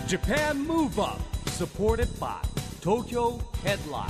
Japan Move Up, supported by Tokyo Headline.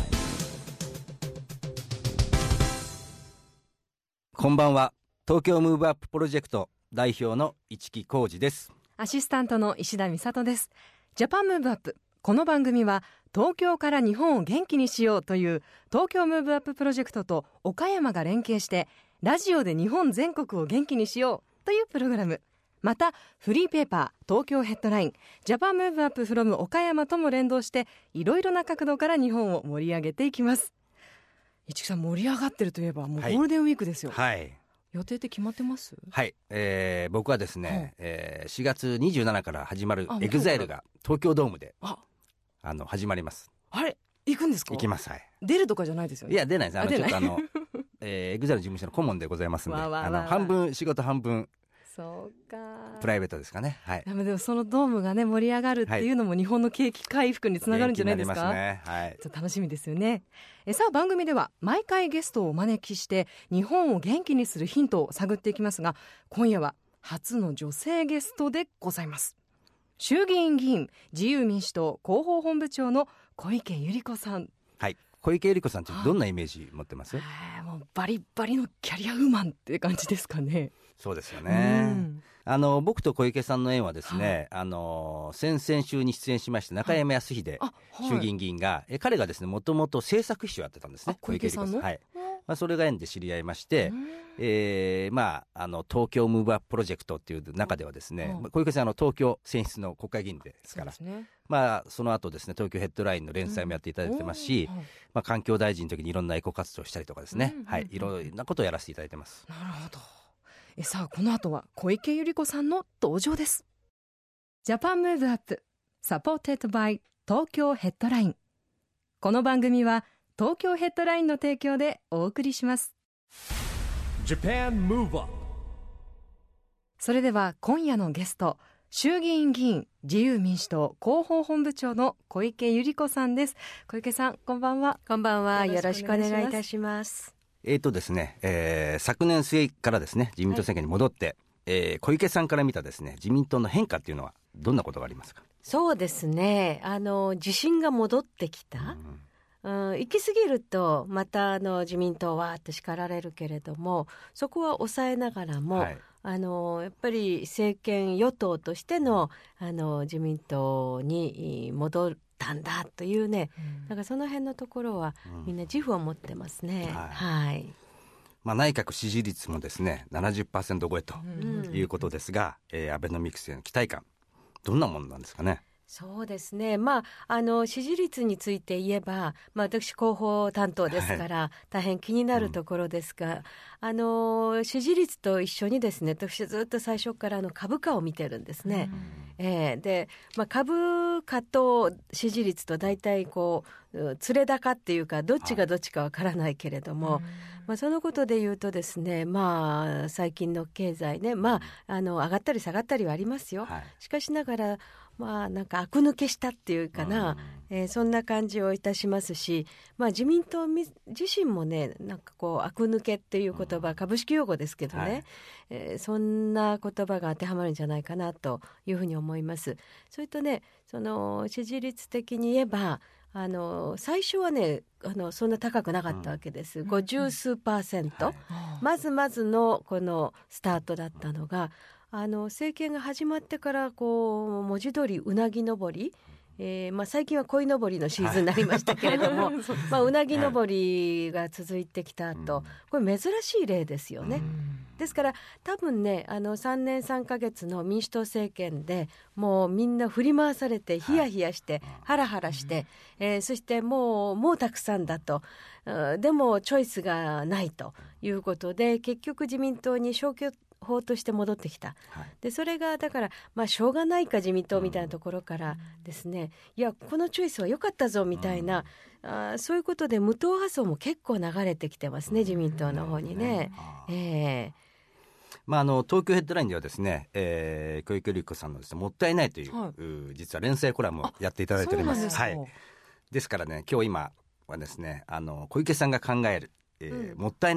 こんばんは。東京ムーブアッププロジェクト代表の市木浩司です。 アシスタントの石田美里です。ジャパンムーブアップ、この番組は東京から日本を元気にしようという東京ムーブアッププロジェクトと岡山が連携してラジオで日本全国を元気にしようというプログラム、またフリーペーパー東京ヘッドラインジャパンムーブアップフロム岡山とも連動していろいろな角度から日本を盛り上げていきます。市木さん、盛り上がってるといえばもうゴールデンウィークですよ。 はい、 予定って決まってます？ はい、僕はですね、4月27から始まるエグザイルが東京ドームで始まります。 あれ、行くんですか？ 行きます。はい、 出るとかじゃないですよね。 いや、出ないです。ちょっとエグザイル事務所の顧問でございますんで、半分仕事半分そうか、 プライベートですかね。はい。 でもそのドームがね盛り上がるっていうのも日本の景気回復につながるんじゃないですか？ 元気になりますね。はい。 ちょっと楽しみですよね。さあ、番組では毎回ゲストをお招きして日本を元気にするヒントを探っていきますが、今夜は初の女性ゲストでございます。衆議院議員自由民主党広報本部長の小池百合子さん。 はい。小池百合子さんってどんなイメージ持ってます？ もうバリバリのキャリアウーマンって感じですかね。 そうですよね。僕と小池さんの縁はですね、先々週に出演しました中山康秀衆議院議員が、彼がですねもともと政策秘書をやってたんですね。 小池さんの、 はい。それが縁で知り合いまして、東京ムーブアッププロジェクトっていう中ではですね、小池さん東京選出の国会議員ですから、そうですね。その後ですね東京ヘッドラインの連載もやっていただいてますし、環境大臣の時にいろんなエコ活動をしたりとかですね、はい、いろんなことをやらせていただいてます。 なるほど。さあ、この後は小池百合子さんの登場です。ジャパンムーブアップサポーテッドバイ東京ヘッドライン。この番組は東京ヘッドラインの提供でお送りします。 Japan Move Up。 それでは今夜のゲスト、衆議院議員自由民主党広報本部長の小池百合子さんです。小池さん、こんばんは。 こんばんは。よろしくお願いいたします。 ですね、昨年末からですね自民党政権に戻って、小池さんから見たですね自民党の変化っていうのはどんなことがありますか？ そうですね、自信が戻ってきた、行き過ぎるとまた自民党はって叱られるけれども、そこは抑えながらも、やっぱり政権与党としての、自民党に戻ったんだというね、なんかその辺のところはみんな自負を持ってますね。はい。 内閣支持率もですね 70% 超えということですが、アベノミクスへの期待感どんなものなんですかね？ そうですね、支持率について言えば、私広報担当ですから、大変気になるところですが、支持率と一緒にですね、私ずっと最初から株価を見てるんですね。で、株価と支持率と大体連れ高っていうかどっちがどっちかわからないけれども、そのことで言うとですね、最近の経済ね、上がったり下がったりはありますよ。しかしながらなんか悪抜けしたっていうかな、そんな感じをいたしますし、自民党自身もね、なんか悪抜けっていう言葉、株式用語ですけどね、そんな言葉が当てはまるんじゃないかなというふうに思います。それとね、その支持率的に言えば最初はねそんな高くなかったわけです。50数%、まずまずのこのスタートだったのが、政権が始まってから文字通りうなぎ登り、最近は鯉のぼりのシーズンになりましたけれどもうなぎ登りが続いてきた後、これ珍しい例ですよね。ですから多分ね、3年3ヶ月の民主党政権でもうみんな振り回されてヒヤヒヤしてハラハラして、そしてもうたくさんだと、でもチョイスがないということで、結局自民党に消去法として戻ってきた。でそれがだからしょうがないか自民党みたいなところからですね、いやこのチョイスは良かったぞみたいな、そういうことで無党派層も結構流れてきてますね、自民党の方にね。 東京ヘッドラインではですね、小池百合子さんのですねもったいないという、実は連載コラムをやっていただいております。ですからね、今日今はですね小池さんが考えるもったいない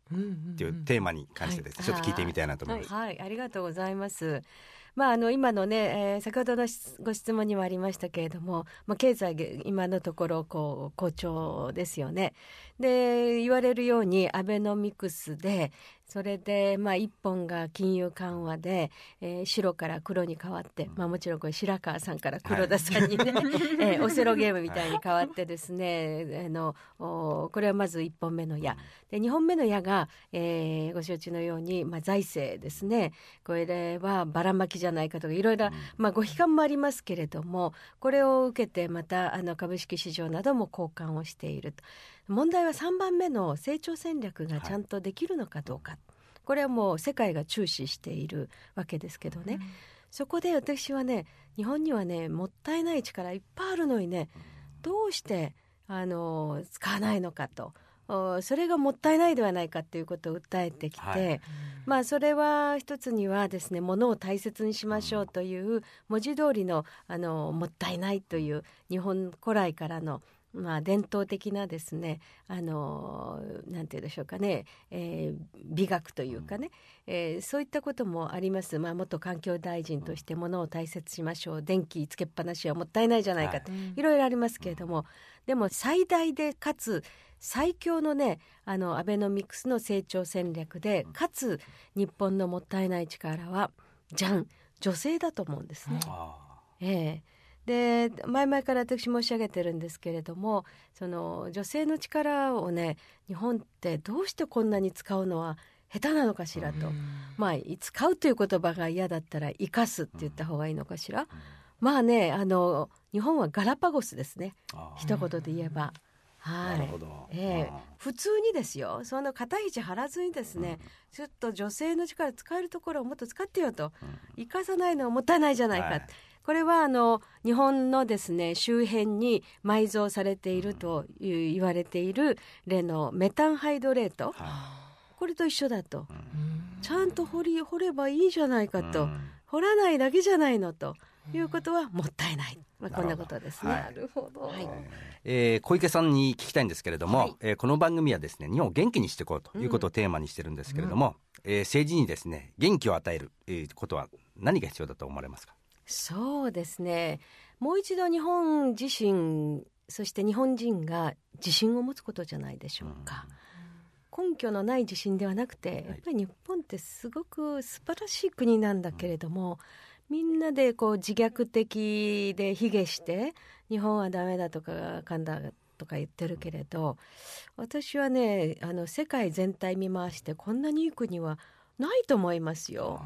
っていうテーマに関してですね、ちょっと聞いてみたいなと思います。 はい、ありがとうございます。今のね、先ほどのご質問にもありましたけれども、経済今のところ好調ですよね。で言われるようにアベノミクスで、それで一本が金融緩和で、白から黒に変わって、もちろんこれ白川さんから黒田さんにね、オセロゲームみたいに変わってですね、これはまず1本目の矢で、2本目の矢が、ご承知のように、財政ですね。これはばらまきじゃないかとかいろいろ、ご批判もありますけれども、これを受けてまた株式市場なども交換をしていると。問題は3番目の成長戦略がちゃんとできるのかどうか、これはもう世界が注視しているわけですけどね、そこで私はね、日本にはねもったいない力いっぱいあるのにね、どうして使わないのかと、それがもったいないではないかということを訴えてきて、それは一つにはですね、物を大切にしましょうという文字通りのもったいないという日本古来からの伝統的なですね、なんていうんでしょうかね、美学というかね、そういったこともあります。元環境大臣として物を大切しましょう、電気つけっぱなしはもったいないじゃないかと、いろいろありますけれども、でも最大でかつ最強のね、アベノミクスの成長戦略で、かつ日本のもったいない力は女性だと思うんですね。で前々から私申し上げてるんですけれども、その女性の力をね、日本ってどうしてこんなに使うのは下手なのかしらと、使うという言葉が嫌だったら生かすって言った方がいいのかしら。日本はガラパゴスですね、一言で言えば。 なるほど。 普通にですよ、その肩肘張らずにですね、ちょっと女性の力使えるところをもっと使ってよと、生かさないのはもったいないじゃないか、これは日本のですね周辺に埋蔵されていると言われている例のメタンハイドレート、これと一緒だと、ちゃんと掘ればいいじゃないかと、掘らないだけじゃないのということはもったいない、こんなことですね。なるほど。 小池さんに聞きたいんですけれども、この番組はですね、日本を元気にしていこうということをテーマにしてるんですけれども、政治にですね元気を与える、ことは何が必要だと思われますか？ そうですね、もう一度日本自身、そして日本人が自信を持つことじゃないでしょうか。根拠のない自信ではなくて、やっぱり日本ってすごく素晴らしい国なんだけれども、みんなで自虐的で卑下して日本はダメだとかかんだとか言ってるけれど、私はね世界全体見回してこんなにいい国はないと思いますよ。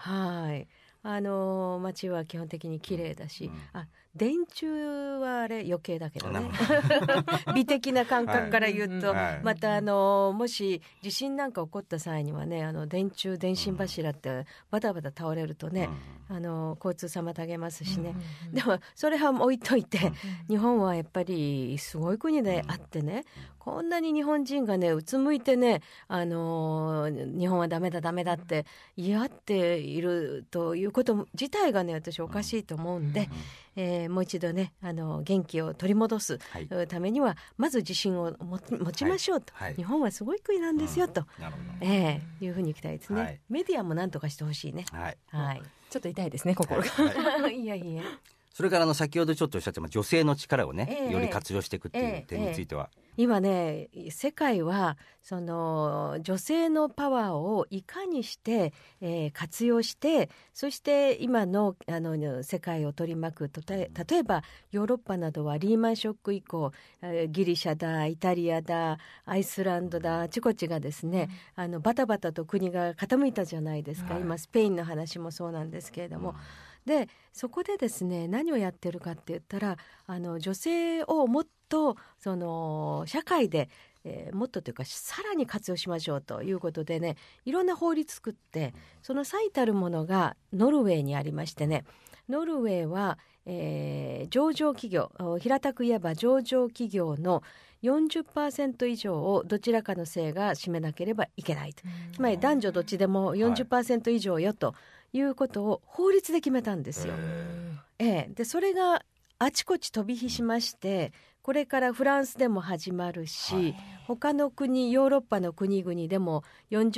街は基本的に綺麗だし、電柱はあれ余計だけどね美的な感覚から言うと、またもし地震なんか起こった際にはね、電信柱ってバタバタ倒れるとね、交通妨げますしね、でもそれは置いといて、日本はやっぱりすごい国であってね、こんなに日本人がねうつむいてね、日本はダメだって言い合っているということ自体がね、私おかしいと思うんで、もう一度ね元気を取り戻すためには、まず自信を持ちましょうと、日本はすごい国なんですよと、いうふうにいきたいですね。メディアも何とかしてほしいね。 ちょっと痛いですね心が。 いやいや。 それから先ほどちょっとおっしゃってました女性の力をね、より活用していくっていう点については、 今ね世界はその女性のパワーをいかにして、活用して、そして今の世界を取り巻く例えばヨーロッパなどはリーマンショック以降、ギリシャだイタリアだアイスランドだあちこちがですね、バタバタと国が傾いたじゃないですか。今スペインの話もそうなんですけれども、でそこでですね何をやってるかって言ったら、女性をもっとその社会で、もっとというかさらに活用しましょうということでね、いろんな法律作って、その最たるものがノルウェーにありましてね、ノルウェーは、上場企業、平たく言えば上場企業の40% 以上をどちらかの性が占めなければいけないと、つまり男女どっちでも 40% 以上よということを法律で決めたんですよ。でそれがあちこち飛び火しまして、 これからフランスでも始まるし、他の国、ヨーロッパの国々でも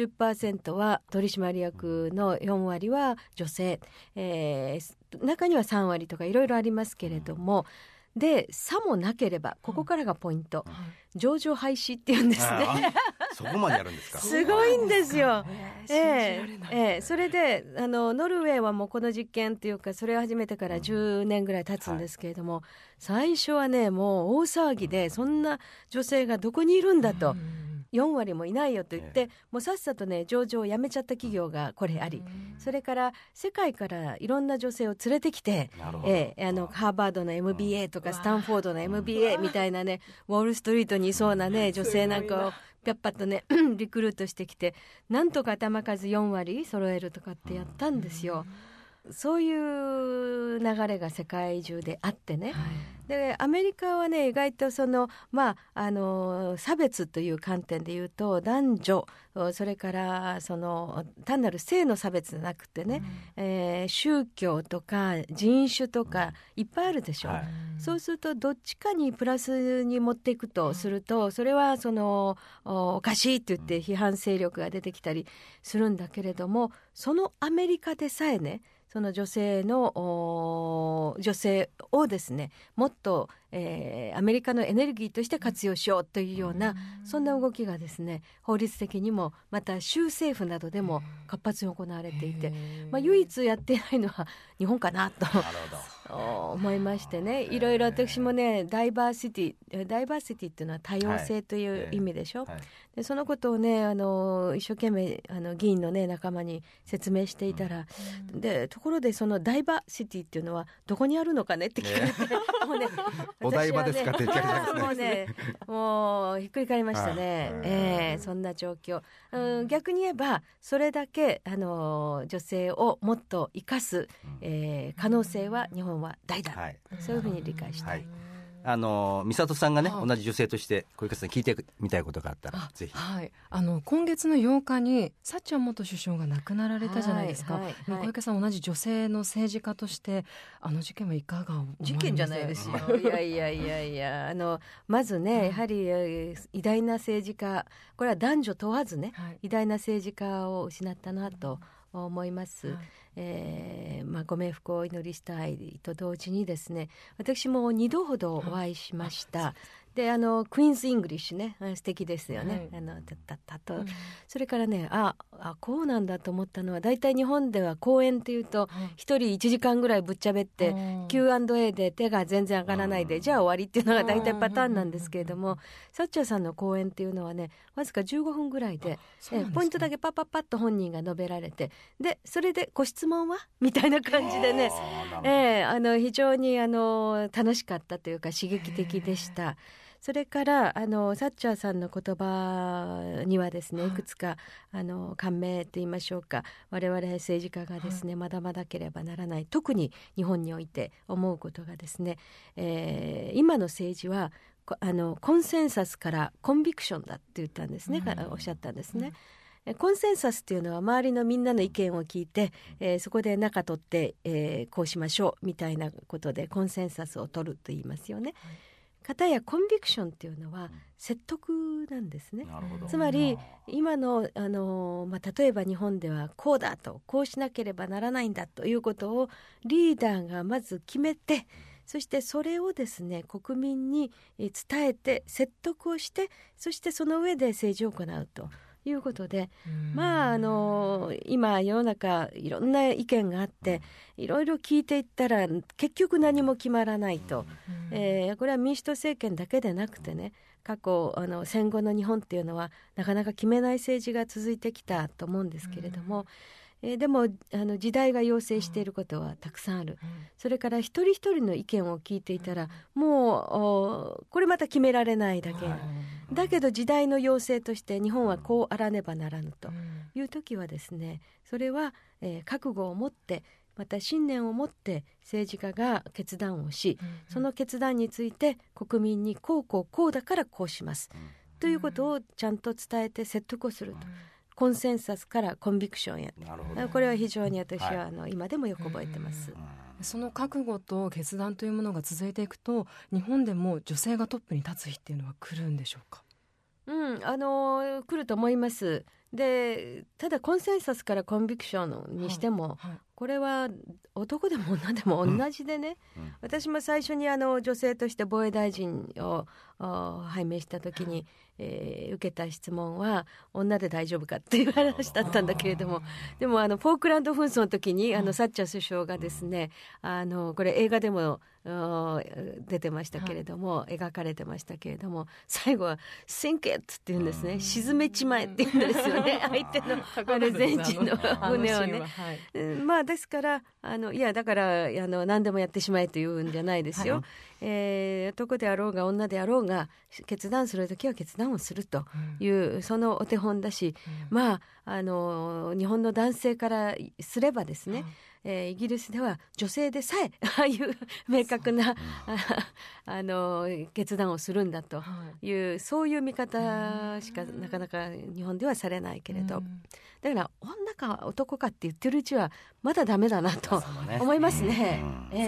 40% は取締役の4割は女性、中には3割とかいろいろありますけれども、でさもなければここからがポイント、上場廃止っていうんですね。 そこまでやるんですか。 すごいんですよ。それでノルウェーはもうこの実験というかそれを始めてから10年ぐらい経つんですけれども、最初はねもう大騒ぎで、そんな女性がどこにいるんだと、4割もいないよと言って、もうさっさとね上場をやめちゃった企業がこれあり、それから世界からいろんな女性を連れてきて、ハーバードの MBA とかスタンフォードの MBA みたいなね、ウォールストリートにいそうなね女性なんかをぴゃっぱっとねリクルートしてきて、なんとか頭数4割揃えるとかってやったんですよ。そういう流れが世界中であってね、でアメリカはね意外とその、差別という観点でいうと、男女それからその単なる性の差別じゃなくてね、宗教とか人種とかいっぱいあるでしょ、そうするとどっちかにプラスに持っていくとすると、それはそのおかしいって言って批判勢力が出てきたりするんだけれども、そのアメリカでさえね、その女性をですねもっと、アメリカのエネルギーとして活用しようというような、そんな動きがですね法律的にもまた州政府などでも活発に行われていて、唯一やってないのは日本かなと思いましてね、いろいろ私もねダイバーシティっていうのは多様性という意味でしょ、でそのことをね一生懸命議員のね仲間に説明していたら、でところでそのダイバーシティっていうのはどこにあるのかねって聞かれて、もうねお台場ですかって言っちゃいますね。 もうねもうひっくり返りましたね、そんな状況、逆に言えばそれだけ女性をもっと生かす、可能性は日本は大だ、そういうふうに理解したい。 美里さんがね同じ女性として小池さんに聞いてみたいことがあったらぜひ。 今月の8日にサッチャー元首相が亡くなられたじゃないですか、小池さん同じ女性の政治家として事件はいかが思います？ 事件じゃないですよいやまずね、やはり偉大な政治家、これは男女問わずね、偉大な政治家を失ったなと思います、ご冥福をお祈りしたいと同時にですね、私も2度ほどお会いしました、でクイーンズ・イングリッシュね素敵ですよね、それからねこうなんだと思ったのは、だいたい日本では講演っていうと一人1時間ぐらいぶっちゃべって、Q&A で手が全然上がらないで、じゃあ終わりっていうのがだいたいパターンなんですけれども、サッチャーさんの講演っていうのはねわずか15分ぐらいで、ポイントだけパッパッパッと本人が述べられて、でそれでご質問はみたいな感じでね、非常に楽しかったというか刺激的でした。それからサッチャーさんの言葉にはですね、いくつか感銘と言いましょうか、我々政治家がですね、学ばなければならない、特に日本において思うことがですね、今の政治はコンセンサスからコンビクションだって言ったんですね、おっしゃったんですね。コンセンサスっていうのは周りのみんなの意見を聞いて、そこで中取って、こうしましょうみたいなことでコンセンサスを取ると言いますよね。かたやコンビクションっていうのは説得なんですね。つまり今の、例えば日本ではこうだと、こうしなければならないんだということをリーダーがまず決めて、そしてそれをですね国民に伝えて説得をして、そしてその上で政治を行うということで、今世の中いろんな意見があって、いろいろ聞いていったら結局何も決まらないと、これは民主党政権だけでなくてね、過去戦後の日本っていうのはなかなか決めない政治が続いてきたと思うんですけれども、でも時代が要請していることはたくさんある。それから一人一人の意見を聞いていたら、もうこれまた決められないだけ、だけど時代の要請として日本はこうあらねばならぬという時はですね、それは、覚悟を持って、また信念を持って政治家が決断をし、その決断について国民にこうだからこうします、ということをちゃんと伝えて説得をすると。 コンセンサスからコンビクションへ。 なるほど。 これは非常に私は今でもよく覚えてます。 その覚悟と決断というものが続いていくと、日本でも女性がトップに立つ日っていうのは来るんでしょうか？ 来ると思います。で、ただコンセンサスからコンビクションにしても、これは男でも女でも同じでね、私も最初に女性として防衛大臣を拝命した時に、受けた質問は女で大丈夫かっていう話だったんだけれども、でもフォークランド紛争の時にサッチャー首相がですね、これ映画でも出てましたけれども、描かれてましたけれども、最後は「Sink it」って言うんですね。沈めちまえって言うんですよね、相手のアルゼンチンの船をね。まあですからいやだから何でもやってしまえというんじゃないですよ。男であろうが女であろうが決断するときは決断をするという、そのお手本だし、まあ日本の男性からすればですね、イギリスでは女性でさえああいう明確な決断をするんだという、そういう見方しかなかなか日本ではされないけれど、だから女か男かって言ってるうちはまだダメだなと思いますね。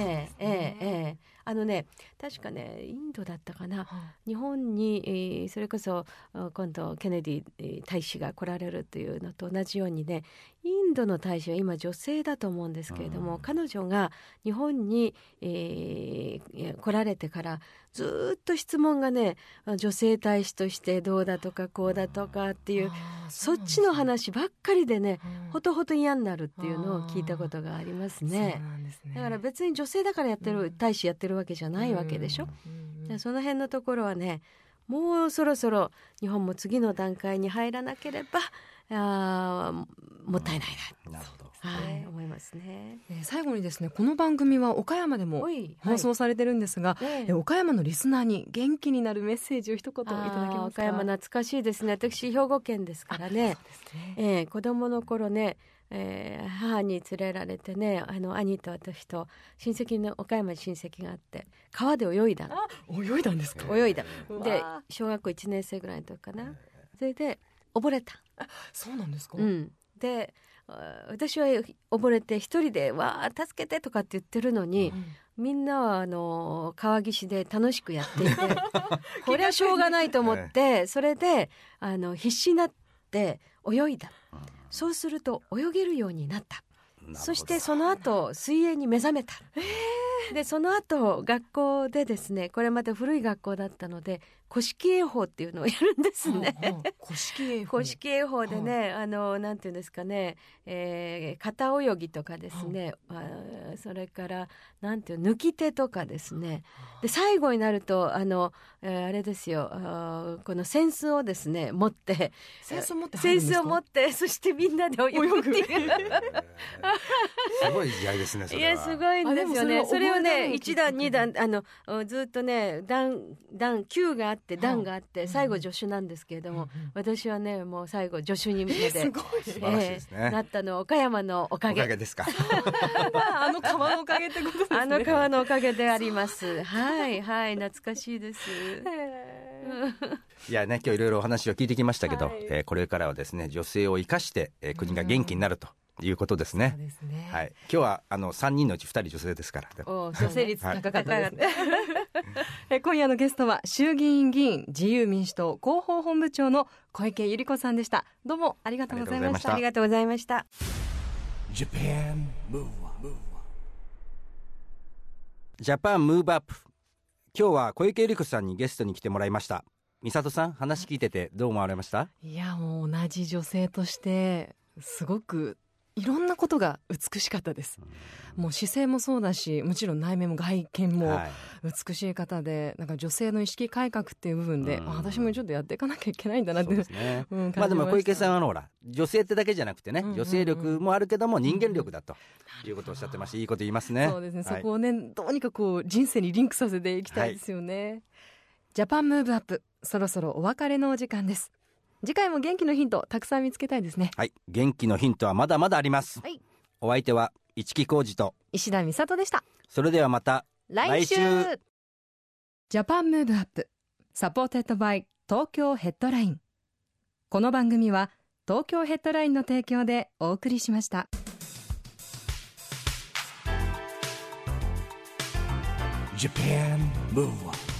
確かね、インドだったかな、日本に、それこそ今度ケネディ大使が来られるというのと同じようにね、インドの大使は今女性だと思うんですけれども、彼女が日本に、来られてからずっと質問がね、女性大使としてどうだとかこうだとかっていう、そっちの話ばっかりでね、ほとほと嫌になるっていうのを聞いたことがありますね。だから別に女性だからやってる、大使やってるわけじゃないわけでしょ。その辺のところはね、もうそろそろ日本も次の段階に入らなければもったいないな。なるほど。思いますね。 最後にですね、この番組は岡山でも放送されてるんですが、岡山のリスナーに元気になるメッセージを一言いただけますか？ 岡山懐かしいですね。私兵庫県ですからね。子供の頃ね、母に連れられてね、兄と私と親戚の岡山に親戚があって川で泳いだ。 泳いだんですか？ 泳いだ。で小学校1年生ぐらいの時かな。それで溺れた。 そうなんですか？ で私は溺れて一人でわー助けてとかって言ってるのに、みんなは川岸で楽しくやっていてこれはしょうがないと思って、それで必死になって泳いだ。そうすると泳げるようになった。そしてその後水泳に目覚めた。でその後学校でですね、これまた古い学校だったので古式泳法っていうのをやるんですね。 古式泳法でね、なんていうんですかね、片泳ぎとかですね、それからなんていう抜き手とかですね。で最後になるとあれですよ、この扇子をですね持って扇子を持ってそしてみんなで泳ぐっていうすごい時代ですね。それは。 いやすごいんですよね。それをね1段2段ずっとね段級があって段があって、最後助手なんですけれども、私はねもう最後助手にまでなったのは岡山のおかげですか。 川のおかげってことですね。 川のおかげであります。はいはい懐かしいです。 いやね、今日いろいろお話を聞いてきましたけど、これからはですね女性を生かして、国が元気になるということですね。 そうですね。 はい。今日は3人のうち2人女性ですから。 女性率高かったですね。 今夜のゲストは衆議院議員自由民主党広報本部長の小池百合子さんでした。どうもありがとうございました。 ありがとうございました。 ジャパンムーブアップ。今日は小池百合子さんにゲストに来てもらいました。美里さん、話聞いててどう思われました？ いやもう同じ女性としてすごくいろんなことが美しかったです。もう姿勢もそうだし、もちろん内面も外見も美しい方で、なんか女性の意識改革っていう部分で、私もちょっとやっていかなきゃいけないんだなって。そうですね。 まあでも小池さんはほら女性ってだけじゃなくてね、女性力もあるけども人間力だということをおっしゃってまして、いいこと言いますね。 そうですね。そこをね、どうにかこう人生にリンクさせていきたいですよね。ジャパンムーブアップ、そろそろお別れのお時間です。次回も元気のヒントたくさん見つけたいですね。 はい、元気のヒントはまだまだあります。 はい、 お相手は市木浩二と石田美里でした。 それではまた来週。 ジャパンムーブアップサポーテッドバイ東京ヘッドライン。この番組は東京ヘッドラインの提供でお送りしました。 Japan Move Up